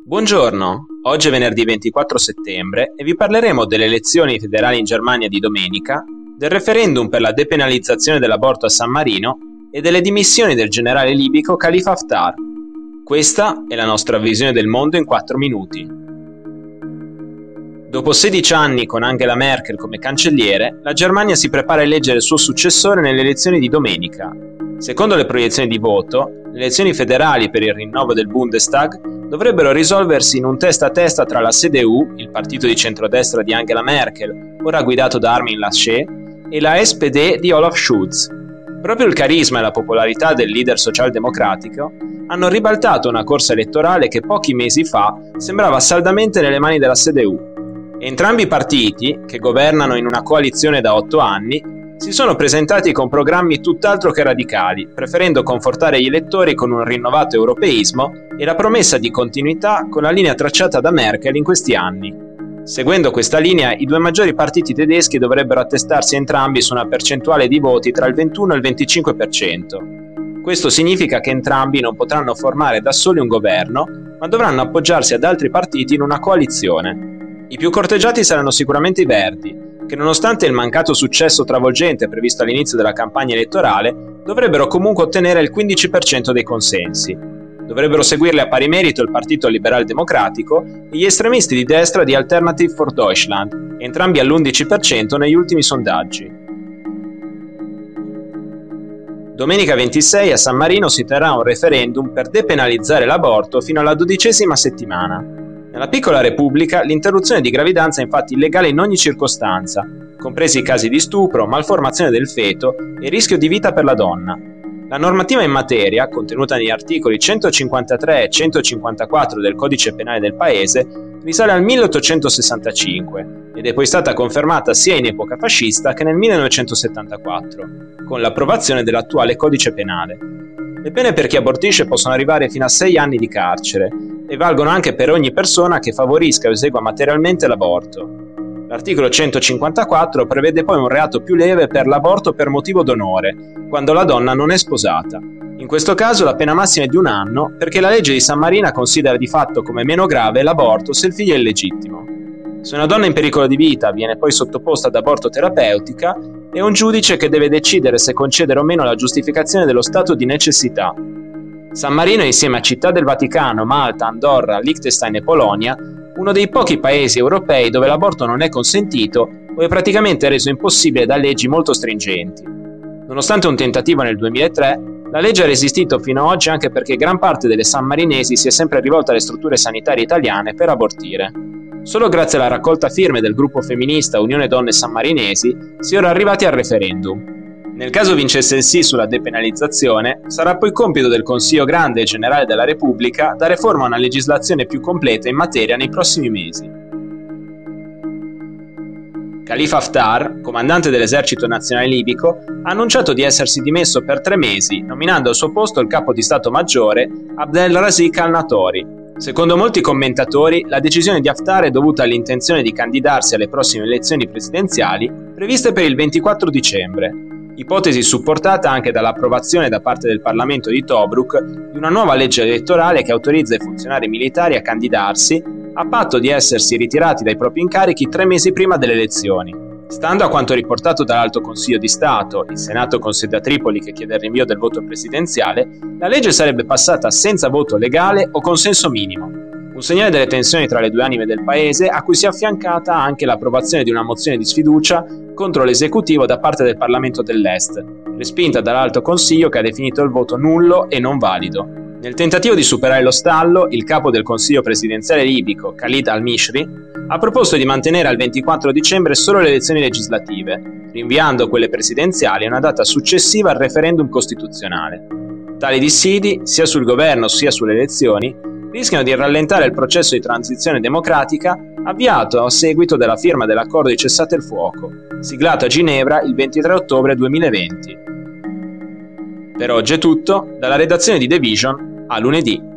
Buongiorno, oggi è venerdì 24 settembre e vi parleremo delle elezioni federali in Germania di domenica, del referendum per la depenalizzazione dell'aborto a San Marino e delle dimissioni del generale libico Khalifa Haftar. Questa è la nostra visione del mondo in 4 minuti. Dopo 16 anni con Angela Merkel come cancelliere, la Germania si prepara a eleggere il suo successore nelle elezioni di domenica. Secondo le proiezioni di voto, le elezioni federali per il rinnovo del Bundestag dovrebbero risolversi in un testa-a-testa tra la CDU, il partito di centrodestra di Angela Merkel, ora guidato da Armin Laschet, e la SPD di Olaf Scholz. Proprio il carisma e la popolarità del leader socialdemocratico hanno ribaltato una corsa elettorale che pochi mesi fa sembrava saldamente nelle mani della CDU. Entrambi i partiti, che governano in una coalizione da 8 anni, si sono presentati con programmi tutt'altro che radicali, preferendo confortare gli elettori con un rinnovato europeismo e la promessa di continuità con la linea tracciata da Merkel in questi anni. Seguendo questa linea, i due maggiori partiti tedeschi dovrebbero attestarsi entrambi su una percentuale di voti tra il 21 e il 25%. Questo significa che entrambi non potranno formare da soli un governo, ma dovranno appoggiarsi ad altri partiti in una coalizione. I più corteggiati saranno sicuramente i Verdi, che nonostante il mancato successo travolgente previsto all'inizio della campagna elettorale, dovrebbero comunque ottenere il 15% dei consensi. Dovrebbero seguirli a pari merito il Partito Liberal Democratico e gli estremisti di destra di Alternative for Deutschland, entrambi all'11% negli ultimi sondaggi. Domenica 26 a San Marino si terrà un referendum per depenalizzare l'aborto fino alla 12ª settimana. Nella piccola repubblica l'interruzione di gravidanza è infatti illegale in ogni circostanza, compresi i casi di stupro, malformazione del feto e rischio di vita per la donna. La normativa in materia, contenuta negli articoli 153 e 154 del Codice Penale del Paese, risale al 1865 ed è poi stata confermata sia in epoca fascista che nel 1974, con l'approvazione dell'attuale Codice Penale. Le pene per chi abortisce possono arrivare fino a 6 anni di carcere e valgono anche per ogni persona che favorisca o esegua materialmente l'aborto. L'articolo 154 prevede poi un reato più leve per l'aborto per motivo d'onore, quando la donna non è sposata. In questo caso la pena massima è di 1 anno, perché la legge di San Marino considera di fatto come meno grave l'aborto se il figlio è illegittimo. Se una donna in pericolo di vita viene poi sottoposta ad aborto terapeutica, è un giudice che deve decidere se concedere o meno la giustificazione dello stato di necessità. San Marino è, insieme a Città del Vaticano, Malta, Andorra, Liechtenstein e Polonia, uno dei pochi paesi europei dove l'aborto non è consentito o è praticamente reso impossibile da leggi molto stringenti. Nonostante un tentativo nel 2003, la legge ha resistito fino ad oggi anche perché gran parte delle sammarinesi si è sempre rivolta alle strutture sanitarie italiane per abortire. Solo grazie alla raccolta firme del gruppo femminista Unione Donne Sammarinesi si è ora arrivati al referendum. Nel caso vincesse il sì sulla depenalizzazione, sarà poi compito del Consiglio Grande e Generale della Repubblica dare forma a una legislazione più completa in materia nei prossimi mesi. Khalifa Haftar, comandante dell'esercito nazionale libico, ha annunciato di essersi dimesso per 3 mesi, nominando al suo posto il capo di Stato Maggiore Abdelrazik al-Natori. Secondo molti commentatori, la decisione di Haftar è dovuta all'intenzione di candidarsi alle prossime elezioni presidenziali previste per il 24 dicembre. Ipotesi supportata anche dall'approvazione da parte del Parlamento di Tobruk di una nuova legge elettorale che autorizza i funzionari militari a candidarsi a patto di essersi ritirati dai propri incarichi 3 mesi prima delle elezioni. Stando a quanto riportato dall'Alto Consiglio di Stato, il Senato con sede a Tripoli che chiede il rinvio del voto presidenziale, la legge sarebbe passata senza voto legale o consenso minimo. Un segnale delle tensioni tra le due anime del paese a cui si è affiancata anche l'approvazione di una mozione di sfiducia contro l'esecutivo da parte del Parlamento dell'Est, respinta dall'Alto Consiglio che ha definito il voto nullo e non valido. Nel tentativo di superare lo stallo, il capo del Consiglio presidenziale libico, Khalid al-Mishri, ha proposto di mantenere al 24 dicembre solo le elezioni legislative, rinviando quelle presidenziali a una data successiva al referendum costituzionale. Tali dissidi, sia sul governo sia sulle elezioni, rischiano di rallentare il processo di transizione democratica avviato a seguito della firma dell'accordo di cessate il fuoco, siglato a Ginevra il 23 ottobre 2020. Per oggi è tutto, dalla redazione di The Vision a lunedì.